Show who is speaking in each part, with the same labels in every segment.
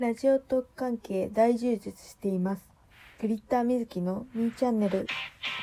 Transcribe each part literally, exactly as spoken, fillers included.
Speaker 1: ラジオトーク関係大充実しています。グリッターみずきのミーチャンネル。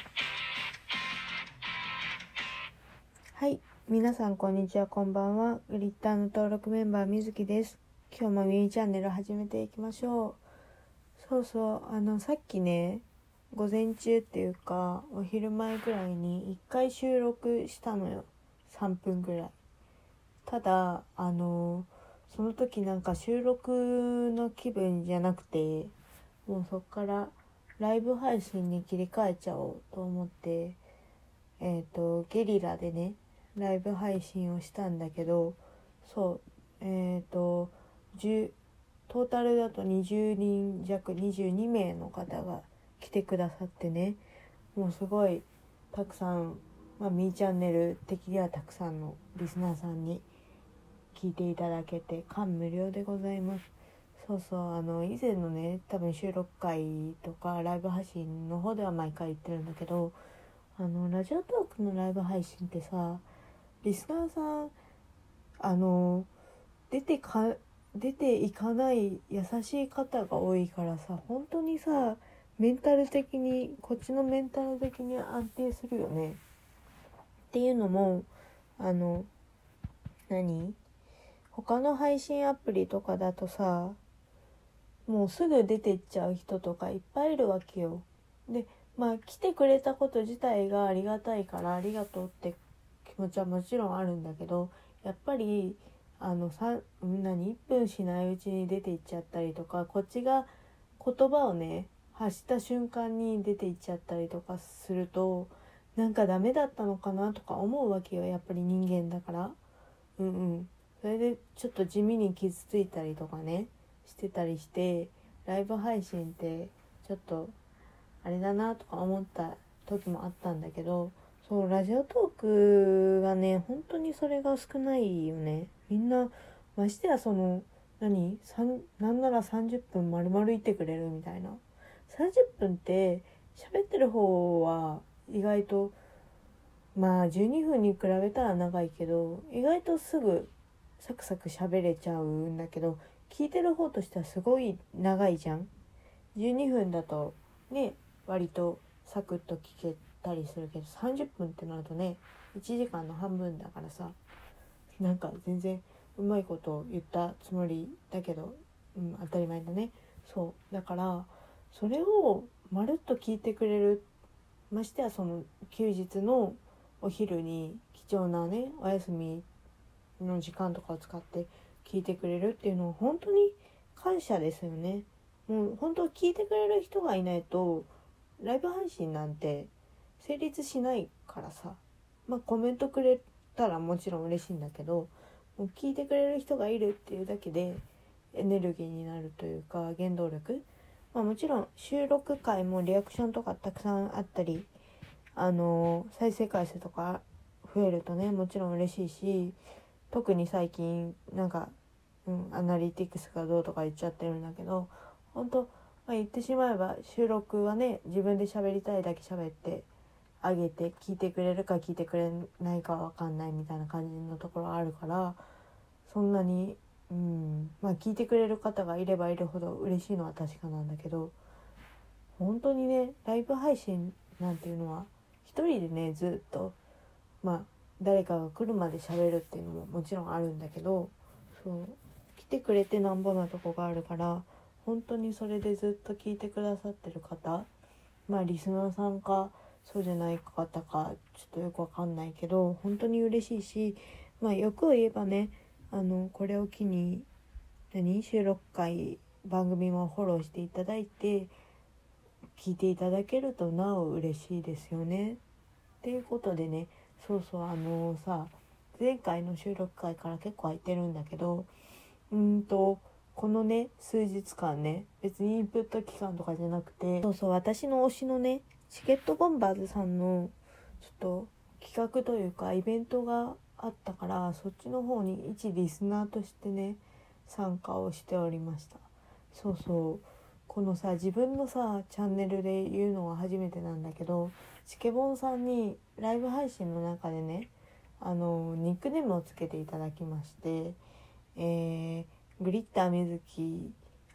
Speaker 1: はい、皆さんこんにちは、こんばんは。グリッターの登録メンバーみずきです。今日もミーチャンネル始めていきましょう。そうそう、あのさっきね、午前中っていうかお昼前ぐらいにいっかい収録したのよ。さんぷんぐらい。ただあのその時なんか収録の気分じゃなくて、もうそっからライブ配信に切り替えちゃおうと思って、えっとゲリラでねライブ配信をしたんだけど、そうえっとじゅうトータルだとにじゅうにん弱、にじゅうにめいの方が来てくださってね、もうすごいたくさん、まあ、ミーチャンネル的にはたくさんのリスナーさんに聞いていただけて感無量でございます。そうそう、あの以前のね多分収録会とかライブ配信の方では毎回言ってるんだけど、あのラジオトークのライブ配信ってさ、リスナーさんあの出てか出ていかない優しい方が多いからさ、本当にさメンタル的にこっちのメンタル的に安定するよね。っていうのもあの何他の配信アプリとかだとさ、もうすぐ出てっちゃう人とかいっぱいいるわけよ。でまあ来てくれたこと自体がありがたいからありがとうって気持ちはもちろんあるんだけど、やっぱりあのさ何いっぷんしないうちに出ていっちゃったりとか、こっちが言葉をね発した瞬間に出ていっちゃったりとかすると、なんかダメだったのかなとか思うわけよ。やっぱり人間だから。うんうん。それでちょっと地味に傷ついたりとかねしてたりして、ライブ配信ってちょっとあれだなとか思った時もあったんだけど、そうラジオトークがね本当にそれが少ないよね。みんなましてやその何なんならさんじゅっぷん丸々いてくれるみたいな。さんじゅっぷんって喋ってる方は意外とまあじゅうにふんに比べたら長いけど、意外とすぐサクサク喋れちゃうんだけど、聞いてる方としてはすごい長いじゃん。じゅうにふんだとね割とサクッと聞けたりするけど、さんじゅっぷんってなるとねいちじかんの半分だからさ、なんか全然うまいこと言ったつもりだけど、うん、当たり前だね。そうだからそれをまるっと聞いてくれる、ましてやその休日のお昼に貴重なねお休みの時間とかを使って聞いてくれるっていうのは本当に感謝ですよね。もう本当聞いてくれる人がいないとライブ配信なんて成立しないからさ、まあコメントくれたらもちろん嬉しいんだけど、もう聞いてくれる人がいるっていうだけでエネルギーになるというか原動力。まあもちろん収録回もリアクションとかたくさんあったり、あの再生回数とか増えるとねもちろん嬉しいし、特に最近なんか、うん、アナリティクスがどうとか言っちゃってるんだけど、本当、まあ、言ってしまえば収録はね自分で喋りたいだけ喋ってあげて、聞いてくれるか聞いてくれないかわかんないみたいな感じのところあるから、そんなにうんまあ聞いてくれる方がいればいるほど嬉しいのは確かなんだけど、本当にねライブ配信なんていうのは一人でねずっとまあ誰かが来るまで喋るっていうのももちろんあるんだけど、そう来てくれてなんぼなとこがあるから、本当にそれでずっと聞いてくださってる方、まあリスナーさんかそうじゃない方かちょっとよくわかんないけど本当に嬉しいし、まあ欲を言えばね、あのこれを機に何収録回番組もフォローしていただいて聞いていただけるとなお嬉しいですよね。っていうことでね、そうそうあのー、さ前回の収録回から結構空いてるんだけど、うーんとこのね数日間ね別にインプット期間とかじゃなくて、そうそう私の推しのねチケットボンバーズさんのちょっと企画というかイベントがあったから、そっちの方に一リスナーとしてね参加をしておりました。そうそうこのさ自分のさチャンネルで言うのは初めてなんだけど、チケボンさんにライブ配信の中でねあのニックネームをつけていただきまして、えー、グリッターみずき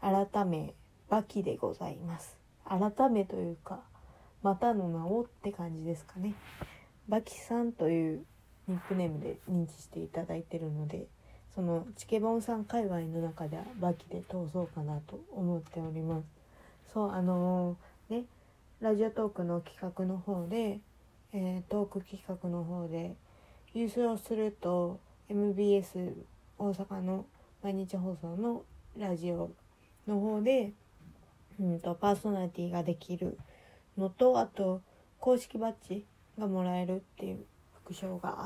Speaker 1: 改めバキでございます。改めというかまたの名をって感じですかね。バキさんというニックネームで認知していただいているので、そのチケボンさん界隈の中ではバキで通そうかなと思っております。そうあのー、ねラジオトークの企画の方で、えー、トーク企画の方で優勝すると エムビーエス 大阪の毎日放送のラジオの方で、うんとパーソナリティができるのと、あと公式バッジがもらえるっていう副賞があって、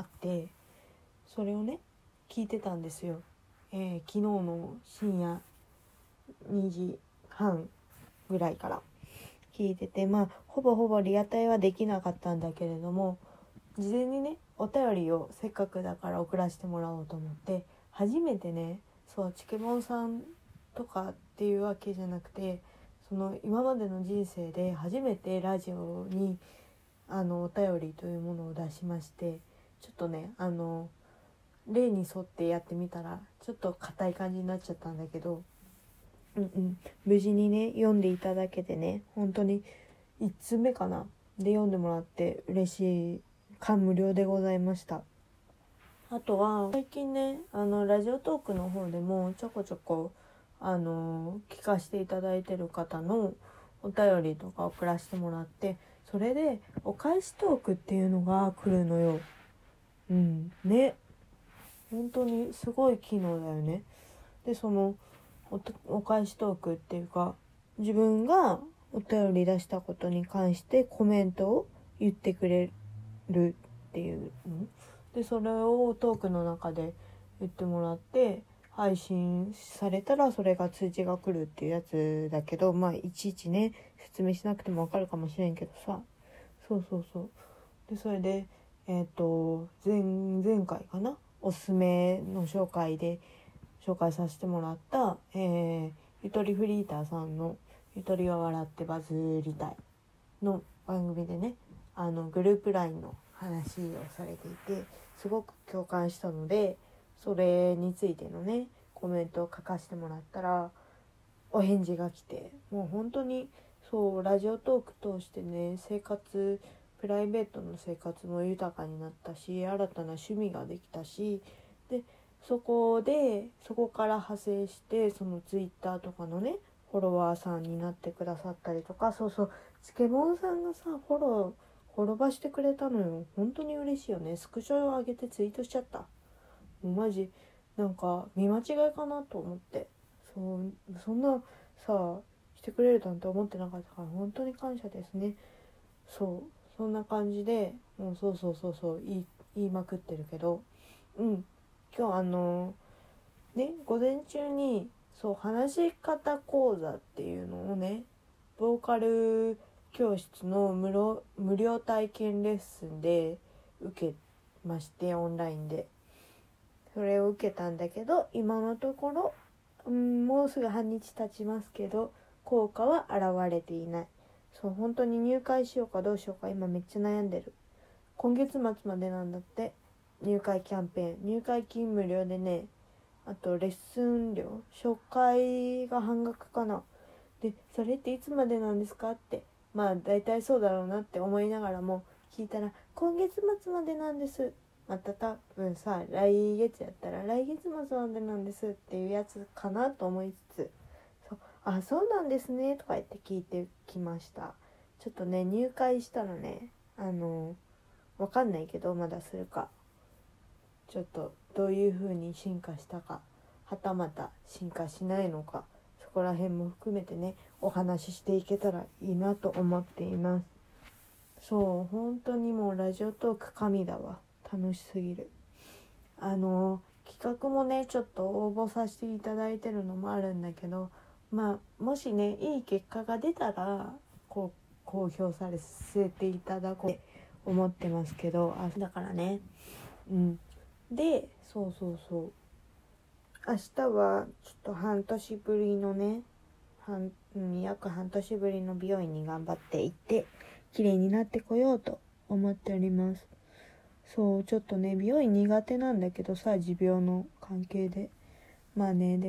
Speaker 1: それをね聞いてたんですよ。えー、昨日の深夜にじはんぐらいから聞いてて、まあほぼほぼリアタイはできなかったんだけれども、事前にねお便りをせっかくだから送らせてもらおうと思って、初めてね、そうチケボンさんとかっていうわけじゃなくて、その今までの人生で初めてラジオにあのお便りというものを出しまして、ちょっとねあの例に沿ってやってみたらちょっと硬い感じになっちゃったんだけど、うんうん無事にね読んでいただけてね、本当にいちつめかなで読んでもらって嬉しい感無量でございました。あとは最近ねあのラジオトークの方でもちょこちょこあの聞かせていただいてる方のお便りとか送らせてもらって、それでお返しトークっていうのが来るのよ。うんね、本当にすごい機能だよね。でその お, お返しトークっていうか、自分がお便り出したことに関してコメントを言ってくれるっていうので、それをトークの中で言ってもらって配信されたらそれが通知が来るっていうやつだけど、まあいちいちね説明しなくてもわかるかもしれんけどさ、そうそうそうでそれでえっ、ー、と 前, 前回かなおすすめの紹介で紹介させてもらった、えー、ゆとりフリーターさんのゆとりは笑ってバズりたいの番組でね、あのグループ ライン の話をされていてすごく共感したので、それについてのねコメントを書かせてもらったらお返事が来て、もう本当にそうラジオトーク通してね生活プライベートの生活も豊かになったし、新たな趣味ができたし、でそこでそこから派生してそのツイッターとかのねフォロワーさんになってくださったりとか、そうそうチケボンさんがさフォローフォロバしてくれたのよ。本当に嬉しいよね。スクショを上げてツイートしちゃった。もうマジなんか見間違いかなと思って、そうそんなさしてくれるなんて思ってなかったから本当に感謝ですね。そうそんな感じでもうそうそうそうそう言い、言いまくってるけど、うん今日あのね午前中にそう話し方講座っていうのをねボーカル教室の無料、無料体験レッスンで受けまして、オンラインでそれを受けたんだけど、今のところ、うん、もうすぐ半日経ちますけど効果は現れていない。そう本当に入会しようかどうしようか今めっちゃ悩んでる。今月末までなんだって、入会キャンペーン。入会金無料でね、あとレッスン料初回が半額かな。でそれっていつまでなんですかって、まあ大体そうだろうなって思いながらも聞いたら今月末までなんです。また多分さ来月やったら来月末までなんですっていうやつかなと思いつつ、そうあそうなんですねとか言って聞いてきました。ちょっとね入会したらねあのわかんないけどまだするか、ちょっとどういう風に進化したか、はたまた進化しないのか、そこら辺も含めてねお話ししていけたらいいなと思っています。そう本当にもうラジオトーク神だわ、楽しすぎる。あの企画もねちょっと応募させていただいてるのもあるんだけど、まあもしねいい結果が出たらこう公表させていただこうと思ってますけど、あだからねうんでそうそうそう明日はちょっと半年ぶりのね半、うん、約半年ぶりの美容院に頑張って行って綺麗になってこようと思っております。そうちょっとね美容院苦手なんだけどさ、持病の関係で、まあねでも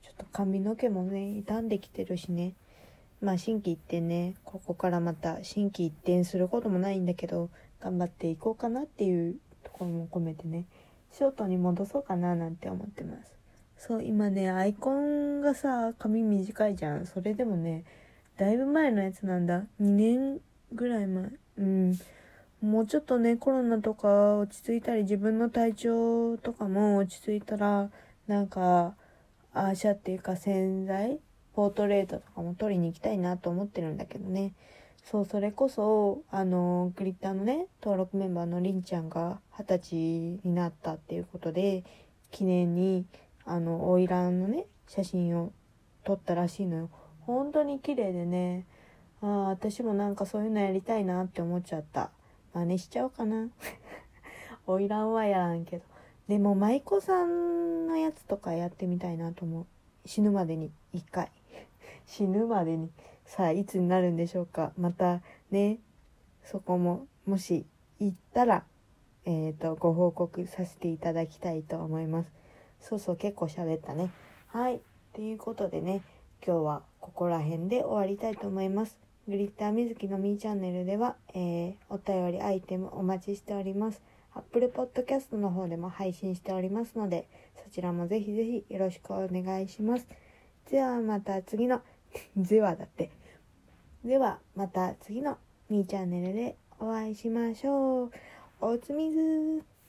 Speaker 1: ちょっと髪の毛もね傷んできてるしね、まあ心機一転ね、ここからまた心機一転することもないんだけど頑張っていこうかなっていうところも込めてね、ショートに戻そうかななんて思ってます。そう今ねアイコンがさ髪短いじゃん。それでもねだいぶ前のやつなんだ。にねんぐらい前。うんもうちょっとねコロナとか落ち着いたり自分の体調とかも落ち着いたらなんかアーシャっていうか洗剤ポートレートとかも撮りに行きたいなと思ってるんだけどね。そうそれこそあのグリッターのね登録メンバーのりんちゃんがはたちになったっていうことで記念にあの花魁のね写真を撮ったらしいのよ。本当に綺麗でね、ああ私もなんかそういうのやりたいなって思っちゃった。真似しちゃおうかな花魁はやらんけど、でも舞妓さんのやつとかやってみたいなと思う。死ぬまでに一回死ぬまでにさあいつになるんでしょうか。またねそこももし行ったらえっとご報告させていただきたいと思います。そうそう結構喋ったね。はいということでね今日はここら辺で終わりたいと思います。グリッターみずきのみーチャンネルでは、えー、お便りアイテムお待ちしております。Apple Podcast の方でも配信しておりますのでそちらもぜひぜひよろしくお願いします。ではまた次のではだってではまた次のみーチャンネルでお会いしましょう。おつみずー。